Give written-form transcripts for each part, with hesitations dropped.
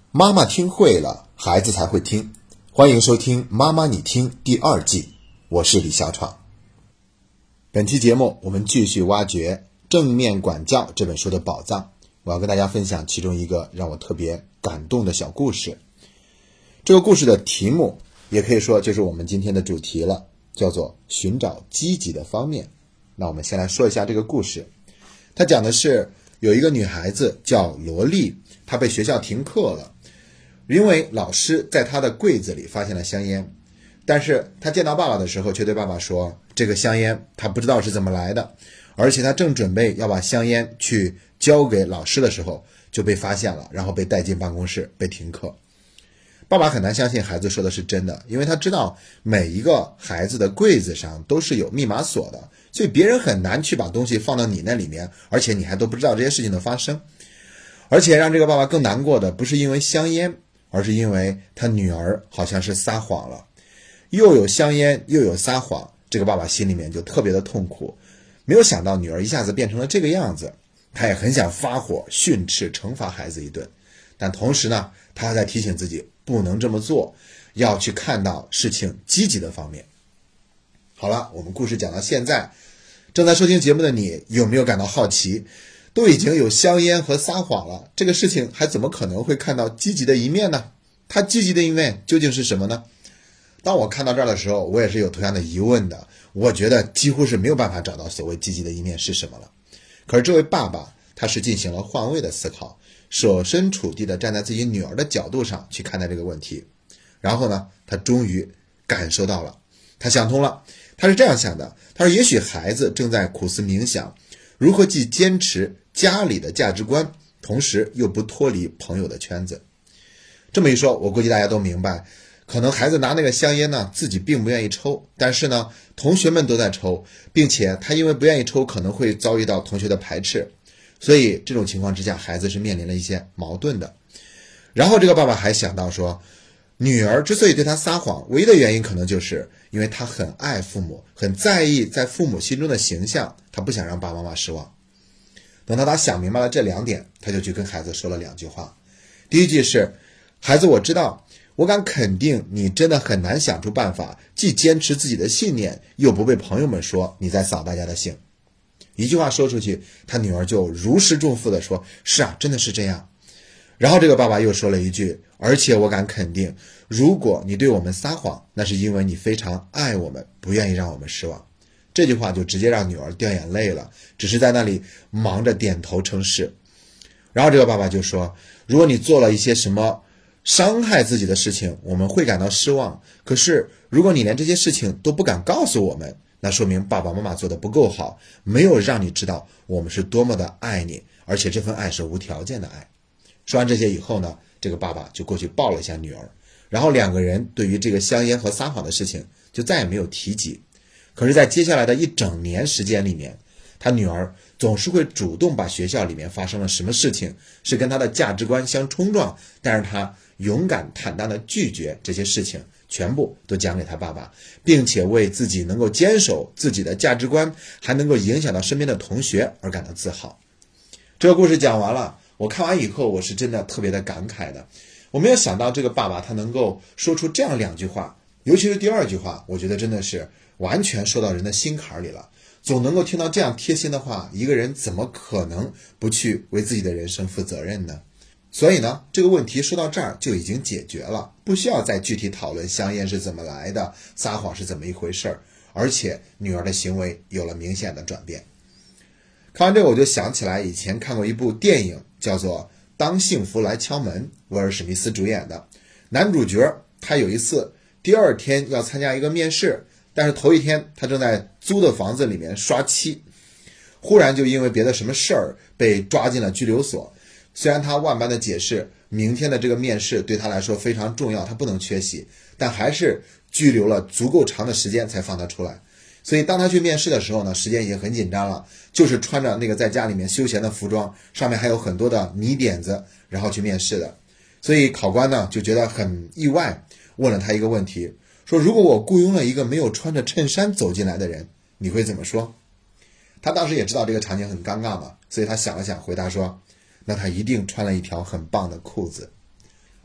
妈妈听会了，孩子才会听。欢迎收听妈妈你听第2季，我是李小闯。本期节目我们继续挖掘正面管教这本书的宝藏，我要跟大家分享其中一个让我特别感动的小故事。这个故事的题目也可以说就是我们今天的主题了，叫做寻找积极的方面。那我们先来说一下这个故事。它讲的是有一个女孩子叫罗莉，她被学校停课了，因为老师在她的柜子里发现了香烟，但是她见到爸爸的时候却对爸爸说，这个香烟她不知道是怎么来的，而且她正准备要把香烟去交给老师的时候就被发现了，然后被带进办公室被停课。爸爸很难相信孩子说的是真的，因为他知道每一个孩子的柜子上都是有密码锁的，所以别人很难去把东西放到你那里面，而且你还都不知道这些事情的发生。而且让这个爸爸更难过的不是因为香烟，而是因为他女儿好像是撒谎了，又有香烟又有撒谎，这个爸爸心里面就特别的痛苦。没有想到女儿一下子变成了这个样子，他也很想发火训斥惩罚孩子一顿，但同时呢，他还在提醒自己不能这么做，要去看到事情积极的方面。好了，我们故事讲到现在，正在收听节目的你有没有感到好奇？都已经有香烟和撒谎了，这个事情还怎么可能会看到积极的一面呢？它积极的一面究竟是什么呢？当我看到这儿的时候，我也是有同样的疑问的，我觉得几乎是没有办法找到所谓积极的一面是什么了。可是这位爸爸他是进行了换位的思考，设身处地的站在自己女儿的角度上去看待这个问题，然后呢，他终于感受到了，他想通了。他是这样想的，他说也许孩子正在苦思冥想，如何既坚持家里的价值观，同时又不脱离朋友的圈子。这么一说，我估计大家都明白，可能孩子拿那个香烟呢，自己并不愿意抽，但是呢，同学们都在抽，并且他因为不愿意抽，可能会遭遇到同学的排斥，所以这种情况之下，孩子是面临了一些矛盾的。然后这个爸爸还想到说，女儿之所以对他撒谎，唯一的原因可能就是因为他很爱父母，很在意在父母心中的形象，他不想让爸爸妈妈失望。等到他想明白了这2点，他就去跟孩子说了2句话。第一句是，孩子，我知道，我敢肯定你真的很难想出办法，既坚持自己的信念，又不被朋友们说你在扫大家的兴。一句话说出去，他女儿就如释重负地说，是啊，真的是这样。然后这个爸爸又说了一句，而且我敢肯定，如果你对我们撒谎，那是因为你非常爱我们，不愿意让我们失望。这句话就直接让女儿掉眼泪了，只是在那里忙着点头称是。然后这个爸爸就说，如果你做了一些什么伤害自己的事情，我们会感到失望，可是如果你连这些事情都不敢告诉我们，那说明爸爸妈妈做得不够好，没有让你知道我们是多么的爱你，而且这份爱是无条件的爱。说完这些以后呢，这个爸爸就过去抱了一下女儿，然后2个人对于这个香烟和撒谎的事情就再也没有提及。可是在接下来的1整年时间里面，他女儿总是会主动把学校里面发生了什么事情是跟他的价值观相冲撞，但是他勇敢坦荡地拒绝这些事情，全部都讲给他爸爸，并且为自己能够坚守自己的价值观，还能够影响到身边的同学而感到自豪。这个故事讲完了，我看完以后我是真的特别的感慨的。我没有想到这个爸爸他能够说出这样2句话，尤其是第2句话，我觉得真的是完全说到人的心坎里了。总能够听到这样贴心的话，一个人怎么可能不去为自己的人生负责任呢？所以呢，这个问题说到这儿就已经解决了，不需要再具体讨论香烟是怎么来的，撒谎是怎么一回事，而且女儿的行为有了明显的转变。看完这个我就想起来以前看过一部电影，叫做《当幸福来敲门》，威尔史密斯主演的。男主角他有一次第2天要参加一个面试，但是头1天他正在租的房子里面刷漆，忽然就因为别的什么事儿被抓进了拘留所。虽然他万般的解释明天的这个面试对他来说非常重要，他不能缺席，但还是拘留了足够长的时间才放他出来。所以当他去面试的时候呢，时间已经很紧张了，就是穿着那个在家里面休闲的服装，上面还有很多的泥点子，然后去面试的。所以考官呢就觉得很意外，问了他一个问题，说如果我雇佣了一个没有穿着衬衫走进来的人，你会怎么说？他当时也知道这个场景很尴尬嘛，所以他想了想回答说，那他一定穿了一条很棒的裤子。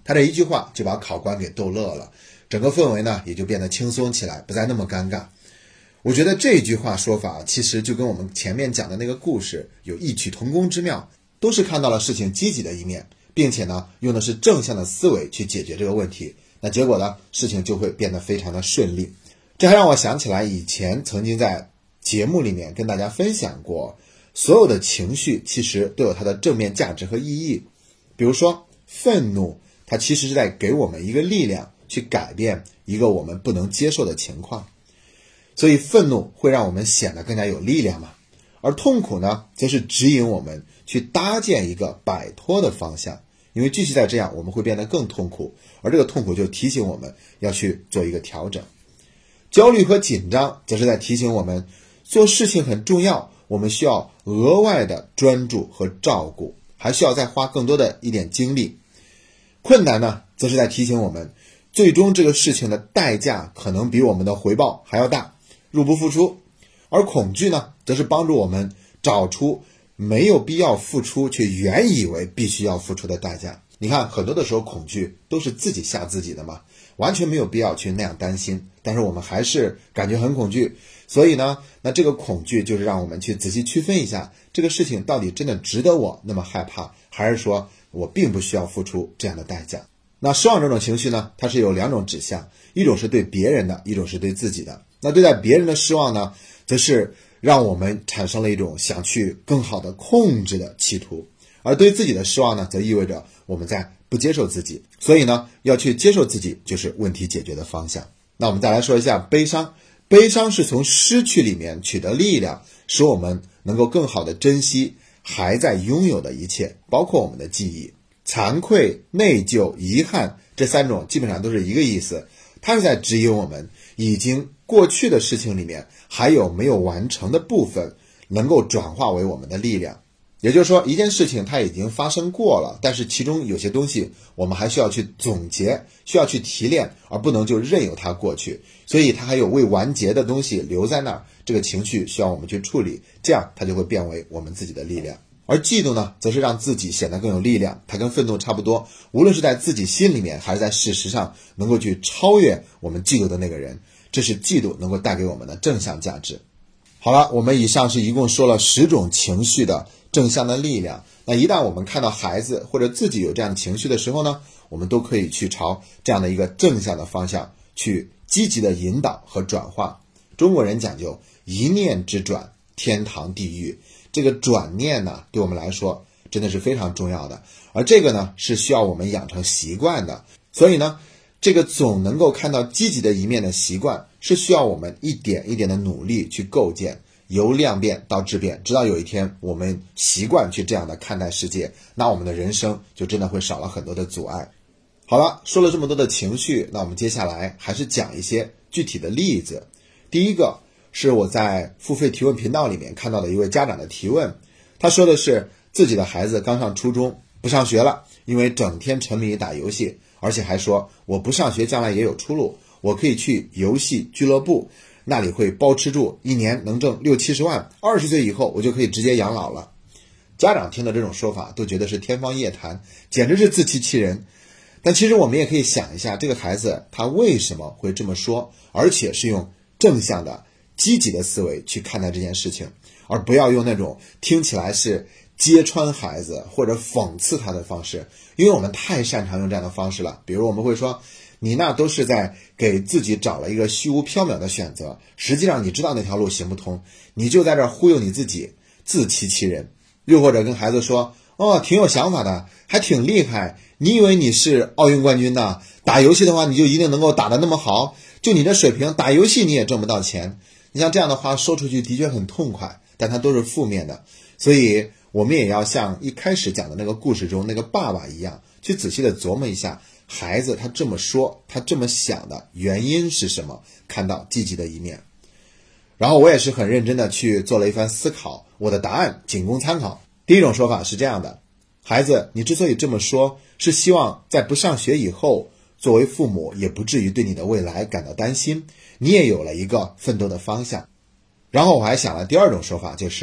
他这一句话就把考官给逗乐了，整个氛围呢也就变得轻松起来，不再那么尴尬。我觉得这句话说法其实就跟我们前面讲的那个故事有异曲同工之妙，都是看到了事情积极的一面，并且呢用的是正向的思维去解决这个问题，那结果呢事情就会变得非常的顺利。这还让我想起来以前曾经在节目里面跟大家分享过，所有的情绪其实都有它的正面价值和意义。比如说愤怒，它其实是在给我们一个力量去改变一个我们不能接受的情况，所以愤怒会让我们显得更加有力量嘛。而痛苦呢，则是指引我们去搭建一个摆脱的方向，因为继续再这样我们会变得更痛苦，而这个痛苦就提醒我们要去做一个调整。焦虑和紧张则是在提醒我们做事情很重要，我们需要额外的专注和照顾，还需要再花更多的一点精力。困难呢，则是在提醒我们最终这个事情的代价可能比我们的回报还要大，入不敷出。而恐惧呢，则是帮助我们找出没有必要付出却原以为必须要付出的代价。你看很多的时候恐惧都是自己吓自己的嘛，完全没有必要去那样担心，但是我们还是感觉很恐惧。所以呢，那这个恐惧就是让我们去仔细区分一下，这个事情到底真的值得我那么害怕，还是说我并不需要付出这样的代价。那失望这种情绪呢，它是有两种指向，一种是对别人的，一种是对自己的。那对待别人的失望呢，则是让我们产生了一种想去更好的控制的企图，而对自己的失望呢，则意味着我们在不接受自己。所以呢，要去接受自己就是问题解决的方向。那我们再来说一下悲伤。悲伤是从失去里面取得力量，使我们能够更好的珍惜还在拥有的一切，包括我们的记忆。惭愧、内疚、遗憾，这三种基本上都是一个意思，它是在指引我们已经过去的事情里面还有没有完成的部分，能够转化为我们的力量。也就是说，一件事情它已经发生过了，但是其中有些东西我们还需要去总结，需要去提炼，而不能就任由它过去。所以它还有未完结的东西留在那儿，这个情绪需要我们去处理，这样它就会变为我们自己的力量。而嫉妒呢，则是让自己显得更有力量，它跟愤怒差不多，无论是在自己心里面还是在事实上能够去超越我们嫉妒的那个人，这是嫉妒能够带给我们的正向价值。好了，我们以上是一共说了10种情绪的正向的力量。那一旦我们看到孩子或者自己有这样的情绪的时候呢，我们都可以去朝这样的一个正向的方向去积极的引导和转化。中国人讲究一念之转，天堂地狱，这个转念呢，对我们来说真的是非常重要的，而这个呢是需要我们养成习惯的。所以呢，这个总能够看到积极的一面的习惯是需要我们一点一点的努力去构建，由量变到质变，直到有一天我们习惯去这样的看待世界，那我们的人生就真的会少了很多的阻碍。好了，说了这么多的情绪，那我们接下来还是讲一些具体的例子。第一个是我在付费提问频道里面看到的一位家长的提问，他说的是自己的孩子刚上初中，不上学了，因为整天沉迷于打游戏，而且还说我不上学将来也有出路，我可以去游戏俱乐部，那里会包吃住，一年能挣60-70万，20岁以后我就可以直接养老了。家长听到这种说法都觉得是天方夜谭，简直是自欺欺人。但其实我们也可以想一下，这个孩子他为什么会这么说，而且是用正向的积极的思维去看待这件事情，而不要用那种听起来是揭穿孩子或者讽刺他的方式，因为我们太擅长用这样的方式了。比如我们会说，你那都是在给自己找了一个虚无缥缈的选择，实际上你知道那条路行不通，你就在这儿忽悠你自己，自欺欺人。又或者跟孩子说，挺有想法的，还挺厉害，你以为你是奥运冠军的，打游戏的话你就一定能够打得那么好，就你这水平打游戏你也挣不到钱。你像这样的话说出去的确很痛快，但它都是负面的。所以我们也要像一开始讲的那个故事中那个爸爸一样，去仔细的琢磨一下孩子他这么说，他这么想的原因是什么，看到积极的一面。然后我也是很认真的去做了一番思考，我的答案仅供参考。第一种说法是这样的，孩子，你之所以这么说，是希望在不上学以后，作为父母也不至于对你的未来感到担心，你也有了一个奋斗的方向。然后我还想了第二种说法，就是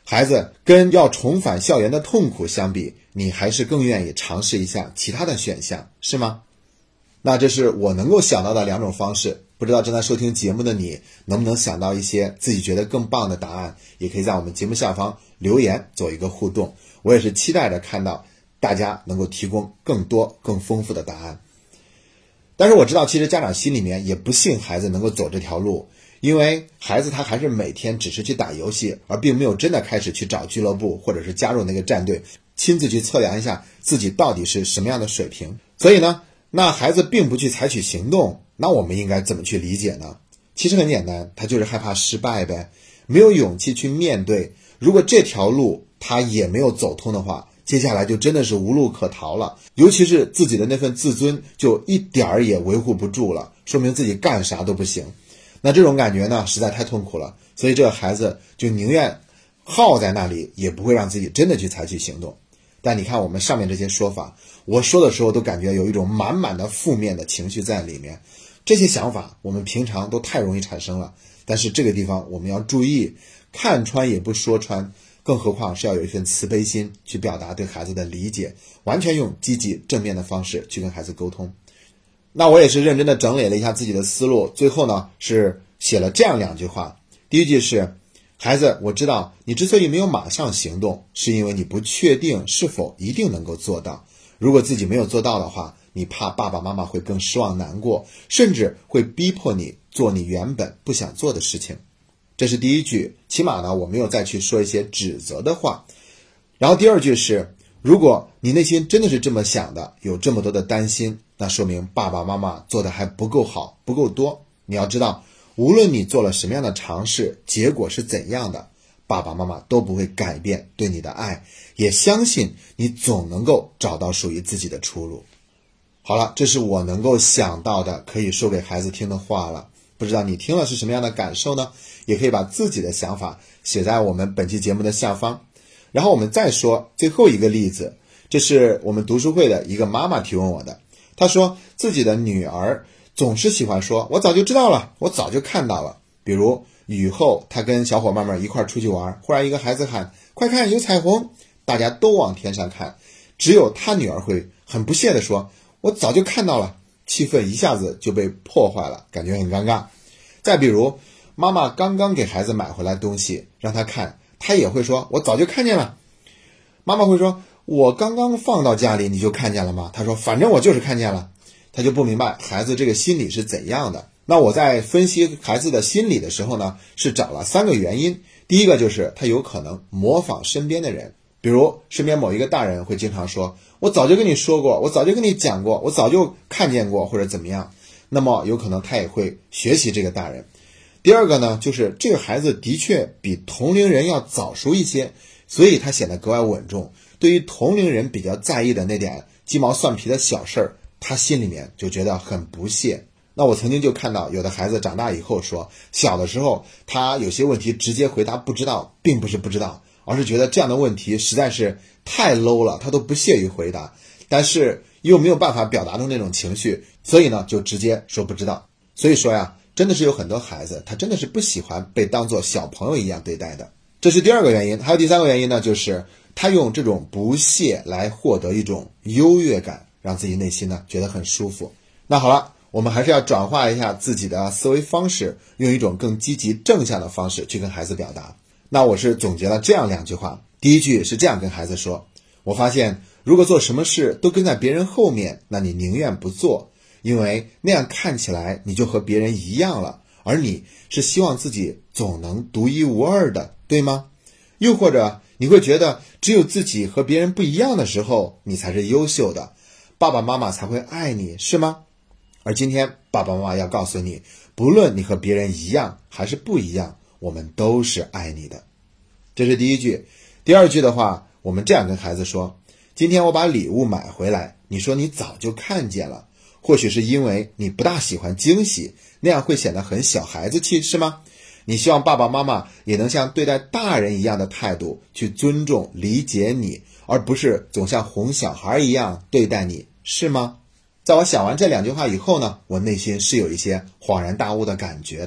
孩子跟要重返校园的痛苦相比，你还是更愿意尝试一下其他的选项，是吗？那这是我能够想到的2种方式，不知道正在收听节目的你能不能想到一些自己觉得更棒的答案，也可以在我们节目下方留言做一个互动，我也是期待着看到大家能够提供更多更丰富的答案。但是我知道其实家长心里面也不信孩子能够走这条路，因为孩子他还是每天只是去打游戏，而并没有真的开始去找俱乐部或者是加入那个战队，亲自去测量一下自己到底是什么样的水平。所以呢，那孩子并不去采取行动，那我们应该怎么去理解呢？其实很简单，他就是害怕失败呗，没有勇气去面对。如果这条路他也没有走通的话，接下来就真的是无路可逃了，尤其是自己的那份自尊就一点儿也维护不住了，说明自己干啥都不行。那这种感觉呢，实在太痛苦了，所以这个孩子就宁愿耗在那里，也不会让自己真的去采取行动。但你看我们上面这些说法，我说的时候都感觉有一种满满的负面的情绪在里面。这些想法我们平常都太容易产生了，但是这个地方我们要注意，看穿也不说穿，更何况是要有一份慈悲心去表达对孩子的理解，完全用积极正面的方式去跟孩子沟通。那我也是认真的整理了一下自己的思路，最后呢是写了这样2句话。第一句是，孩子，我知道你之所以没有马上行动，是因为你不确定是否一定能够做到。如果自己没有做到的话，你怕爸爸妈妈会更失望难过，甚至会逼迫你做你原本不想做的事情。这是第一句，起码呢我没有再去说一些指责的话。然后第2句是，如果你内心真的是这么想的，有这么多的担心，那说明爸爸妈妈做的还不够好，不够多。你要知道，无论你做了什么样的尝试，结果是怎样的，爸爸妈妈都不会改变对你的爱，也相信你总能够找到属于自己的出路。好了，这是我能够想到的可以说给孩子听的话了。不知道你听了是什么样的感受呢？也可以把自己的想法写在我们本期节目的下方。然后我们再说最后一个例子，这是我们读书会的一个妈妈提问我的。她说自己的女儿总是喜欢说，我早就知道了，我早就看到了。比如雨后她跟小伙伴们一块出去玩，忽然一个孩子喊，快看有彩虹，大家都往天上看，只有她女儿会很不屑地说，我早就看到了，气氛一下子就被破坏了，感觉很尴尬。再比如妈妈刚刚给孩子买回来东西让他看，他也会说，我早就看见了。妈妈会说，我刚刚放到家里你就看见了吗？他说，反正我就是看见了。他就不明白孩子这个心理是怎样的。那我在分析孩子的心理的时候呢，是找了3个原因。第一个就是他有可能模仿身边的人，比如身边某一个大人会经常说，我早就跟你说过，我早就跟你讲过，我早就看见过，或者怎么样。那么有可能他也会学习这个大人。第二个呢，就是这个孩子的确比同龄人要早熟一些，所以他显得格外稳重。对于同龄人比较在意的那点鸡毛蒜皮的小事儿，他心里面就觉得很不屑。那我曾经就看到有的孩子长大以后说，小的时候他有些问题直接回答不知道，并不是不知道，而是觉得这样的问题实在是太 low 了，他都不屑于回答，但是又没有办法表达出那种情绪，所以呢就直接说不知道。所以说呀，真的是有很多孩子他真的是不喜欢被当作小朋友一样对待的。这是第2个原因。还有第3个原因呢，就是他用这种不屑来获得一种优越感，让自己内心呢觉得很舒服。那好了，我们还是要转化一下自己的思维方式，用一种更积极正向的方式去跟孩子表达。那我是总结了这样2句话。第一句是这样跟孩子说，我发现如果做什么事都跟在别人后面，那你宁愿不做，因为那样看起来你就和别人一样了，而你是希望自己总能独一无二的，对吗？又或者你会觉得只有自己和别人不一样的时候，你才是优秀的，爸爸妈妈才会爱你，是吗？而今天爸爸妈妈要告诉你，不论你和别人一样还是不一样，我们都是爱你的。这是第一句。第2句的话，我们这样跟孩子说，今天我把礼物买回来，你说你早就看见了，或许是因为你不大喜欢惊喜，那样会显得很小孩子气，是吗？你希望爸爸妈妈也能像对待大人一样的态度去尊重理解你，而不是总像哄小孩一样对待你，是吗？在我想完这2句话以后呢，我内心是有一些恍然大悟的感觉的，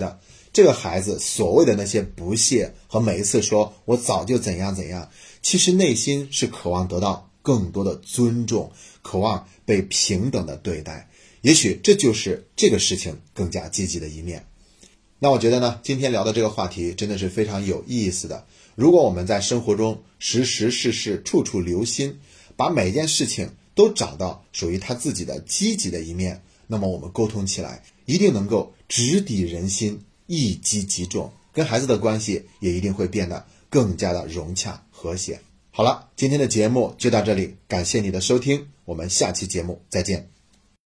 这个孩子所谓的那些不屑和每一次说我早就怎样怎样，其实内心是渴望得到更多的尊重，渴望被平等的对待。也许这就是这个事情更加积极的一面。那我觉得呢，今天聊的这个话题真的是非常有意思的。如果我们在生活中时时事事处处留心，把每件事情都找到属于他自己的积极的一面，那么我们沟通起来一定能够直抵人心，一击即中，跟孩子的关系也一定会变得更加的融洽和谐。好了，今天的节目就到这里，感谢你的收听，我们下期节目再见。